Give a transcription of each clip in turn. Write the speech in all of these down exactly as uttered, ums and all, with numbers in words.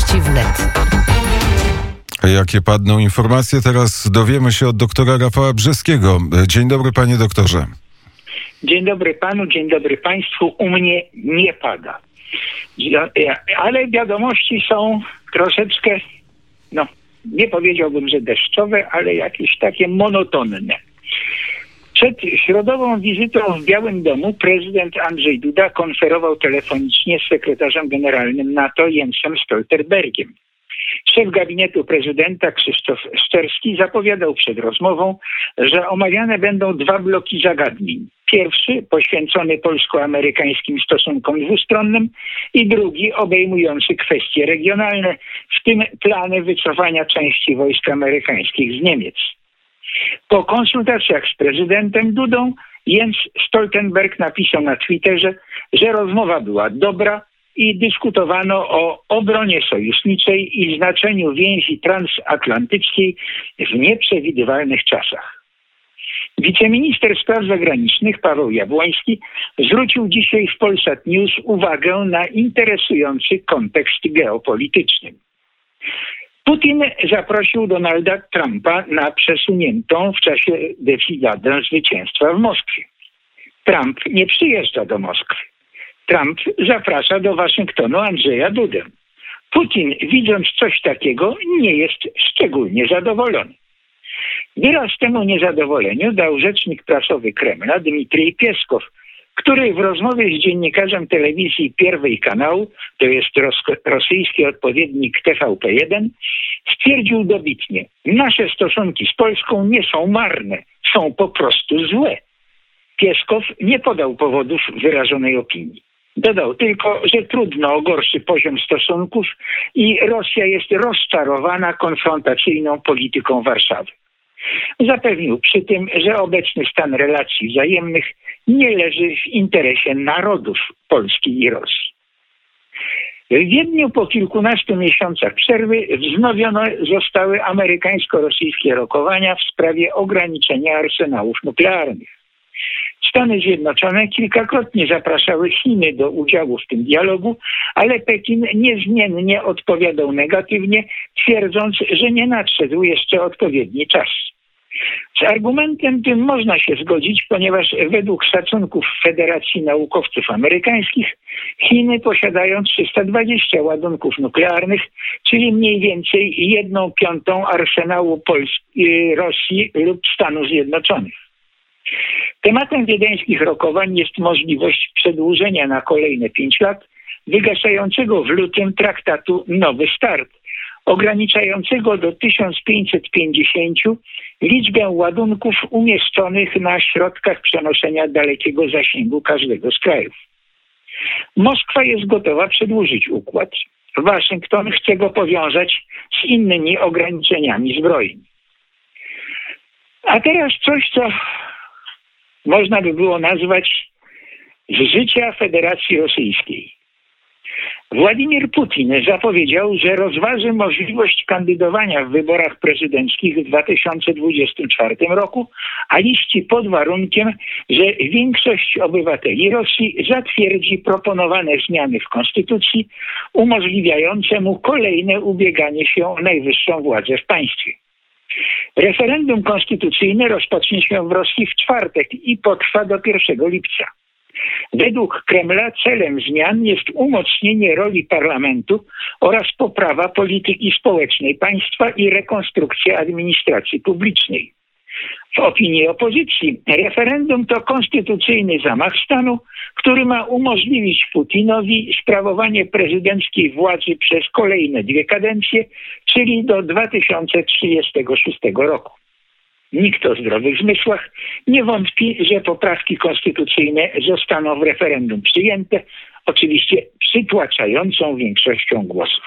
Wiadomości wnet. Jakie padną informacje, teraz dowiemy się od doktora Rafała Brzeskiego. Dzień dobry, panie doktorze. Dzień dobry panu, dzień dobry państwu. U mnie nie pada. Ale wiadomości są troszeczkę, no nie powiedziałbym, że deszczowe, ale jakieś takie monotonne. Przed środową wizytą w Białym Domu prezydent Andrzej Duda konferował telefonicznie z sekretarzem generalnym NATO Jensem Stoltenbergiem. Szef gabinetu prezydenta Krzysztof Szczerski zapowiadał przed rozmową, że omawiane będą dwa bloki zagadnień. Pierwszy poświęcony polsko-amerykańskim stosunkom dwustronnym i drugi obejmujący kwestie regionalne, w tym plany wycofania części wojsk amerykańskich z Niemiec. Po konsultacjach z prezydentem Dudą Jens Stoltenberg napisał na Twitterze, że rozmowa była dobra i dyskutowano o obronie sojuszniczej i znaczeniu więzi transatlantyckiej w nieprzewidywalnych czasach. Wiceminister spraw zagranicznych Paweł Jabłoński zwrócił dzisiaj w Polsat News uwagę na interesujący kontekst geopolityczny. Putin zaprosił Donalda Trumpa na przesuniętą w czasie defiladę zwycięstwa w Moskwie. Trump nie przyjeżdża do Moskwy. Trump zaprasza do Waszyngtonu Andrzeja Dudę. Putin, widząc coś takiego, nie jest szczególnie zadowolony. Wyraz temu niezadowoleniu dał rzecznik prasowy Kremla Dmitrij Pieskow, który w rozmowie z dziennikarzem telewizji Pierwej Kanału, to jest ros- rosyjski odpowiednik T V P jeden, stwierdził dobitnie: nasze stosunki z Polską nie są marne, są po prostu złe. Pieskow nie podał powodów wyrażonej opinii. Dodał tylko, że trudno o gorszy poziom stosunków i Rosja jest rozczarowana konfrontacyjną polityką Warszawy. Zapewnił przy tym, że obecny stan relacji wzajemnych nie leży w interesie narodów Polski i Rosji. W Wiedniu po kilkunastu miesiącach przerwy wznowione zostały amerykańsko-rosyjskie rokowania w sprawie ograniczenia arsenałów nuklearnych. Stany Zjednoczone kilkakrotnie zapraszały Chiny do udziału w tym dialogu, ale Pekin niezmiennie odpowiadał negatywnie, twierdząc, że nie nadszedł jeszcze odpowiedni czas. Z argumentem tym można się zgodzić, ponieważ według szacunków Federacji Naukowców Amerykańskich Chiny posiadają trzysta dwadzieścia ładunków nuklearnych, czyli mniej więcej jedną piątą arsenału Polski, Rosji lub Stanów Zjednoczonych. Tematem wiedeńskich rokowań jest możliwość przedłużenia na kolejne pięć lat wygaszającego w lutym traktatu Nowy Start, ograniczającego do tysiąc pięćset pięćdziesięciu liczbę ładunków umieszczonych na środkach przenoszenia dalekiego zasięgu każdego z krajów. Moskwa jest gotowa przedłużyć układ. Waszyngton chce go powiązać z innymi ograniczeniami zbrojni. A teraz coś, co można by było nazwać z życia Federacji Rosyjskiej. Władimir Putin zapowiedział, że rozważy możliwość kandydowania w wyborach prezydenckich w dwa tysiące dwudziestym czwartym roku, a liści pod warunkiem, że większość obywateli Rosji zatwierdzi proponowane zmiany w konstytucji umożliwiające mu kolejne ubieganie się o najwyższą władzę w państwie. Referendum konstytucyjne rozpocznie się w Rosji w czwartek i potrwa do pierwszego lipca. Według Kremla celem zmian jest umocnienie roli parlamentu oraz poprawa polityki społecznej państwa i rekonstrukcja administracji publicznej. W opinii opozycji referendum to konstytucyjny zamach stanu, który ma umożliwić Putinowi sprawowanie prezydenckiej władzy przez kolejne dwie kadencje, czyli do dwa tysiące trzydziestego szóstego roku. Nikt o zdrowych zmysłach nie wątpi, że poprawki konstytucyjne zostaną w referendum przyjęte, oczywiście przytłaczającą większością głosów.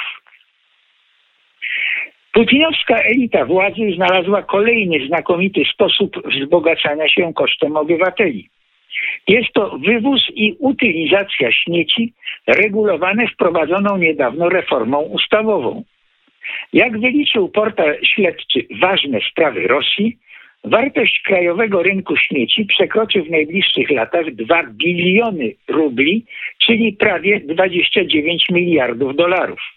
Putinowska elita władzy znalazła kolejny znakomity sposób wzbogacania się kosztem obywateli. Jest to wywóz i utylizacja śmieci regulowane wprowadzoną niedawno reformą ustawową. Jak wyliczył portal śledczy Ważne Sprawy Rosji, wartość krajowego rynku śmieci przekroczy w najbliższych latach dwa biliony rubli, czyli prawie dwadzieścia dziewięć miliardów dolarów.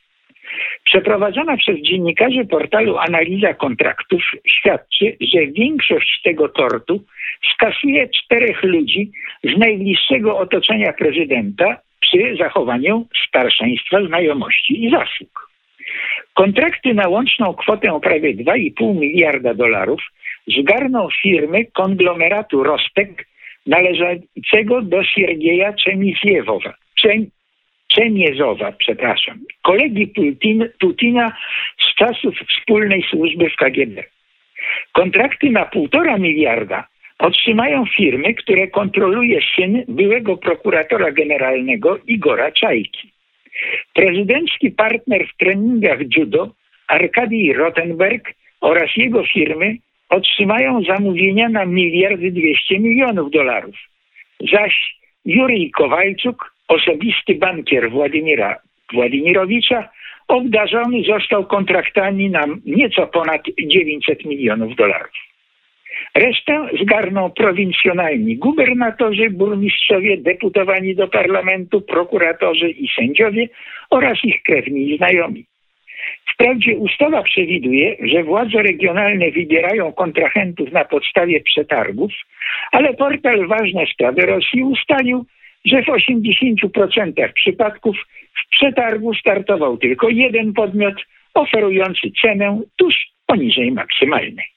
Przeprowadzona przez dziennikarzy portalu analiza kontraktów świadczy, że większość tego tortu skasuje czterech ludzi z najbliższego otoczenia prezydenta przy zachowaniu starszeństwa, znajomości i zasług. Kontrakty na łączną kwotę prawie dwa i pół miliarda dolarów zgarną firmy konglomeratu Rostek należącego do Siergieja Czemizjewowa, Czem, Czemiezowa, przepraszam, kolegi Putin, Putina z czasów wspólnej służby w K G B. Kontrakty na półtora miliarda otrzymają firmy, które kontroluje syn byłego prokuratora generalnego Igora Czajki. Prezydencki partner w treningach judo Arkadij Rotenberg oraz jego firmy otrzymają zamówienia na miliard dwieście milionów dolarów. Zaś Jurij Kowalczuk, osobisty bankier Władimira Władimirowicza, obdarzony został kontraktami na nieco ponad dziewięćset milionów dolarów. Resztę zgarną prowincjonalni gubernatorzy, burmistrzowie, deputowani do parlamentu, prokuratorzy i sędziowie oraz ich krewni i znajomi. Wprawdzie ustawa przewiduje, że władze regionalne wybierają kontrahentów na podstawie przetargów, ale portal Ważne Sprawy Rosji ustalił, że w osiemdziesięciu procentach przypadków w przetargu startował tylko jeden podmiot oferujący cenę tuż poniżej maksymalnej.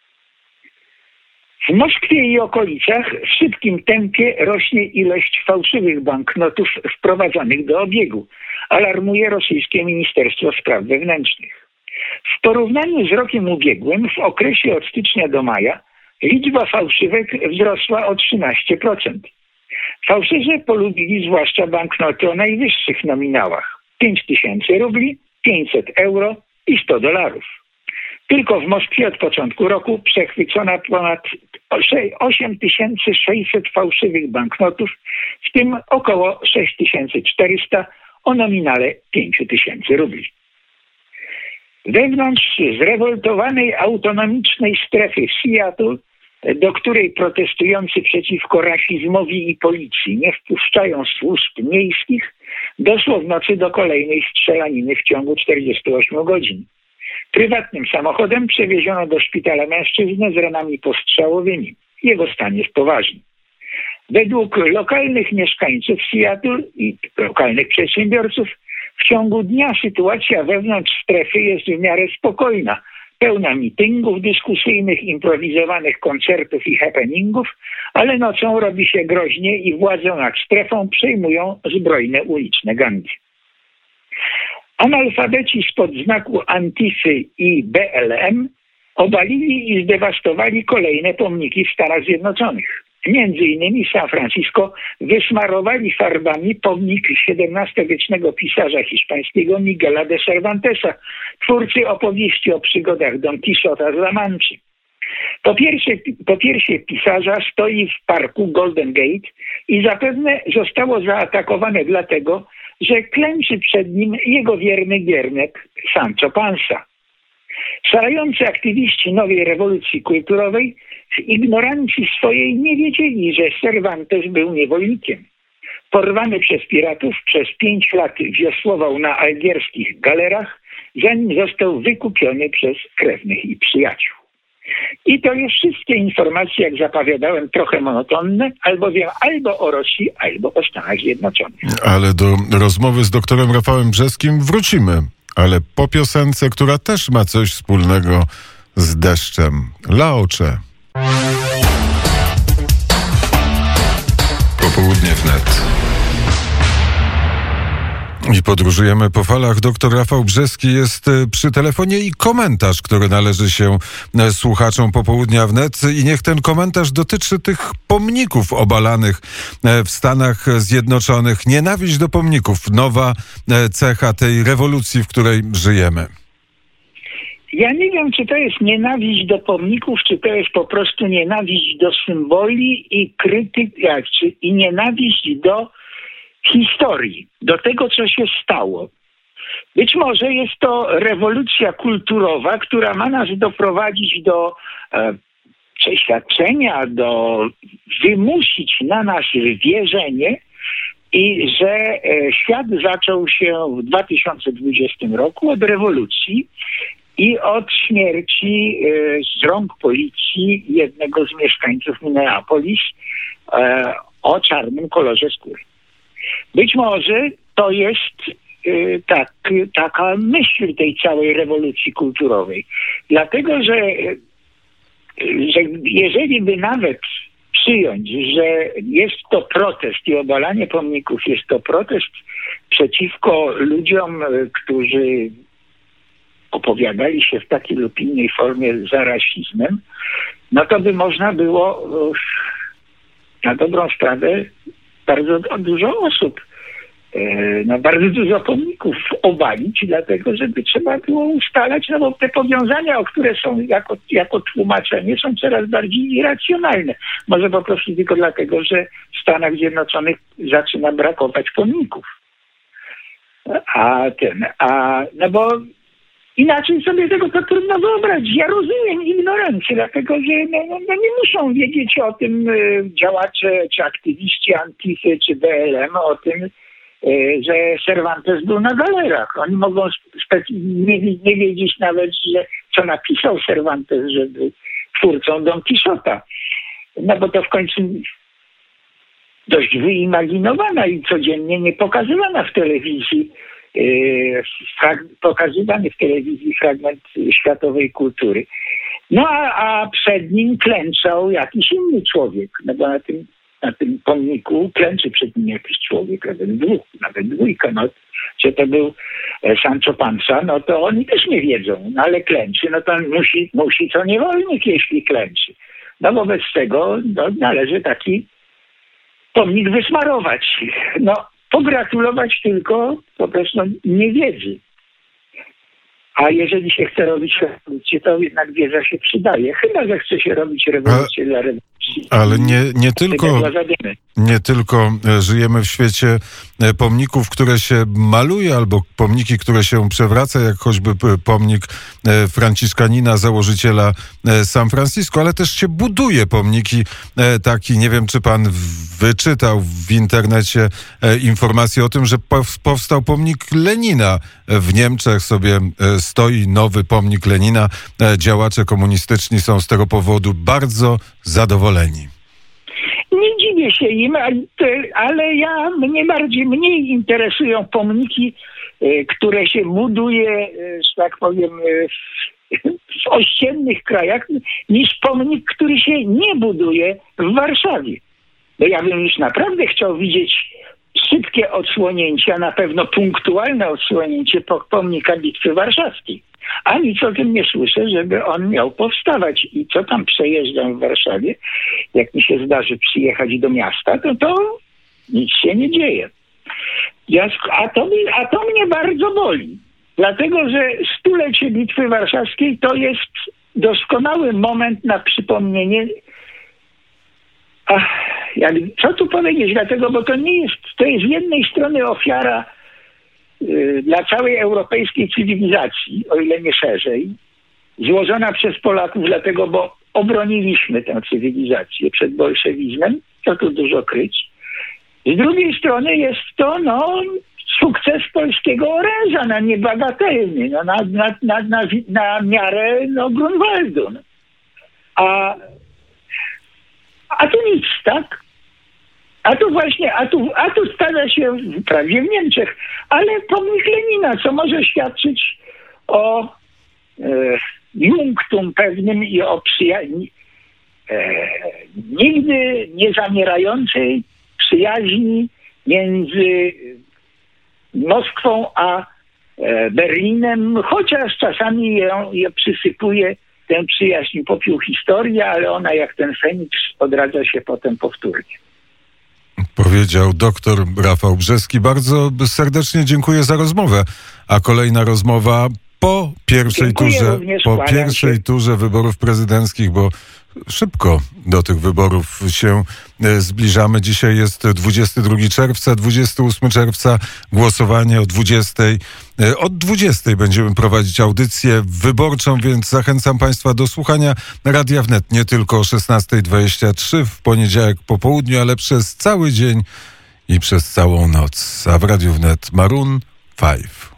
W Moskwie i okolicach w szybkim tempie rośnie ilość fałszywych banknotów wprowadzanych do obiegu, alarmuje rosyjskie Ministerstwo Spraw Wewnętrznych. W porównaniu z rokiem ubiegłym, w okresie od stycznia do maja, liczba fałszywek wzrosła o trzynaście procent. Fałszerze polubili zwłaszcza banknoty o najwyższych nominałach: pięć tysięcy rubli, pięćset euro i sto dolarów. Tylko w Moskwie od początku roku przechwycono ponad osiem tysięcy sześćset fałszywych banknotów, w tym około sześć tysięcy czterysta o nominale pięć tysięcy rubli. Wewnątrz zrewoltowanej autonomicznej strefy w Seattle, do której protestujący przeciwko rasizmowi i policji nie wpuszczają służb miejskich, doszło w nocy do kolejnej strzelaniny w ciągu czterdziestu ośmiu godzin. Prywatnym samochodem przewieziono do szpitala mężczyznę z ranami postrzałowymi. Jego stan jest poważny. Według lokalnych mieszkańców Seattle i lokalnych przedsiębiorców w ciągu dnia sytuacja wewnątrz strefy jest w miarę spokojna, pełna mitungów dyskusyjnych, improwizowanych koncertów i happeningów, ale nocą robi się groźnie i władzę nad strefą przejmują zbrojne uliczne gangi. Analfabeci spod znaku Antify i B L M obalili i zdewastowali kolejne pomniki w Stanach Zjednoczonych. Między innymi w San Francisco wysmarowali farbami pomnik siedemnastowiecznego pisarza hiszpańskiego Miguela de Cervantesa, twórcy opowieści o przygodach Don Quixota z La Manczy. Po pierwsze, po piersie pisarza stoi w parku Golden Gate i zapewne zostało zaatakowane dlatego, że klęczy przed nim jego wierny giernek Sancho Panza. Szalejący aktywiści nowej rewolucji kulturowej w ignorancji swojej nie wiedzieli, że Cervantes był niewolnikiem. Porwany przez piratów, przez pięć lat wiosłował na algierskich galerach, zanim został wykupiony przez krewnych i przyjaciół. I to już wszystkie informacje, jak zapowiadałem, trochę monotonne, albowiem albo o Rosji, albo o Stanach Zjednoczonych. Ale do rozmowy z doktorem Rafałem Brzeskim wrócimy, ale po piosence, która też ma coś wspólnego z deszczem. Laocze. Popołudnie wnet. I podróżujemy po falach. Doktor Rafał Brzeski jest przy telefonie i komentarz, który należy się słuchaczom Popołudnia Wnet. I niech ten komentarz dotyczy tych pomników obalanych w Stanach Zjednoczonych. Nienawiść do pomników. Nowa cecha tej rewolucji, w której żyjemy. Ja nie wiem, czy to jest nienawiść do pomników, czy to jest po prostu nienawiść do symboli i krytyka, czy i nienawiść do historii, do tego, co się stało. Być może jest to rewolucja kulturowa, która ma nas doprowadzić do e, przeświadczenia, do wymusić na nas wierzenie i że e, świat zaczął się w dwa tysiące dwudziestym roku od rewolucji i od śmierci e, z rąk policji jednego z mieszkańców Minneapolis e, o czarnym kolorze skóry. Być może to jest e, tak, taka myśl tej całej rewolucji kulturowej. Dlatego, że, że jeżeli by nawet przyjąć, że jest to protest i obalanie pomników, jest to protest przeciwko ludziom, którzy opowiadali się w takiej lub innej formie za rasizmem, no to by można było na dobrą sprawę bardzo dużo osób, no bardzo dużo pomników obalić, dlatego żeby trzeba było ustalać, no bo te powiązania, o które są jako, jako tłumaczenie, są coraz bardziej irracjonalne. Może po prostu tylko dlatego, że w Stanach Zjednoczonych zaczyna brakować pomników. A ten, a no bo inaczej sobie tego to trudno wyobrazić. Ja rozumiem ignorancję, dlatego że no, no, no nie muszą wiedzieć o tym y, działacze, czy aktywiści Antify, czy B L M, o tym, że Cervantes był na galerach. Oni mogą spe- nie, nie wiedzieć nawet, że co napisał Cervantes, żeby twórcą Don Quixota. No bo to w końcu dość wyimaginowana i codziennie nie pokazywana w telewizji, yy, frag- pokazywany w telewizji fragment światowej kultury. No a, a przed nim klęczał jakiś inny człowiek, no bo na tym Na tym pomniku klęczy przed nim jakiś człowiek, nawet dwóch, nawet dwójka. No, czy to był Sancho Panza, no to oni też nie wiedzą, no ale klęczy, no to musi, musi co niewolnik, jeśli klęczy. No wobec tego no, należy taki pomnik wysmarować. No pogratulować tylko po prostu no, niewiedzy. A jeżeli się chce robić rewolucję, to jednak wiedza się przydaje. Chyba, że chce się robić rewolucję A, dla rewolucji. Ale nie, nie tylko... Nie tylko żyjemy w świecie pomników, które się maluje, albo pomniki, które się przewraca, jak choćby pomnik Franciszkanina, założyciela San Francisco, ale też się buduje pomniki taki, nie wiem, czy pan wyczytał w internecie informację o tym, że powstał pomnik Lenina w Niemczech, sobie stoi nowy pomnik Lenina. Działacze komunistyczni są z tego powodu bardzo zadowoleni. Nie dziwię się im, ale ja, mnie bardziej, mniej interesują pomniki, które się buduje, że tak powiem, w ościennych krajach, niż pomnik, który się nie buduje w Warszawie. Bo ja bym już naprawdę chciał widzieć szybkie odsłonięcie, a na pewno punktualne odsłonięcie pomnika Bitwy Warszawskiej. A nic o tym nie słyszę, żeby on miał powstawać. I co tam przejeżdżam w Warszawie, jak mi się zdarzy przyjechać do miasta, to to nic się nie dzieje. Ja, a, to, a to mnie bardzo boli. Dlatego, że stulecie Bitwy Warszawskiej to jest doskonały moment na przypomnienie. Ach, jak, co tu powiedzieć? Dlatego, bo to nie jest, to jest z jednej strony ofiara dla całej europejskiej cywilizacji, o ile nie szerzej, złożona przez Polaków dlatego, bo obroniliśmy tę cywilizację przed bolszewizmem, co tu dużo kryć. Z drugiej strony jest to no, sukces polskiego oręża, na niebagatelny, no, na, na, na, na, na miarę no, Grunwaldu. No. A, a tu nic, tak? A tu właśnie, a tu, a tu stawia się prawie w Niemczech, ale pomnik Lenina, co może świadczyć o e, junktum pewnym i o przyjaźni, e, nigdy nie zamierającej przyjaźni między Moskwą a e, Berlinem, chociaż czasami ją, ją przysypuje tę przyjaźń popiół historii, ale ona jak ten Feniks odradza się potem powtórnie. Powiedział doktor Rafał Brzeski. Bardzo serdecznie dziękuję za rozmowę. A kolejna rozmowa po pierwszej Dziękuję turze, również, po pierwszej się. turze wyborów prezydenckich, bo szybko do tych wyborów się zbliżamy. Dzisiaj jest dwudziestego drugiego czerwca, dwudziestego ósmego czerwca głosowanie o dwudziestej. Od dwudziestej będziemy prowadzić audycję wyborczą, więc zachęcam Państwa do słuchania Radia Wnet nie tylko o szesnasta dwadzieścia trzy w poniedziałek po południu, ale przez cały dzień i przez całą noc. A w Radiu Wnet Maroon five.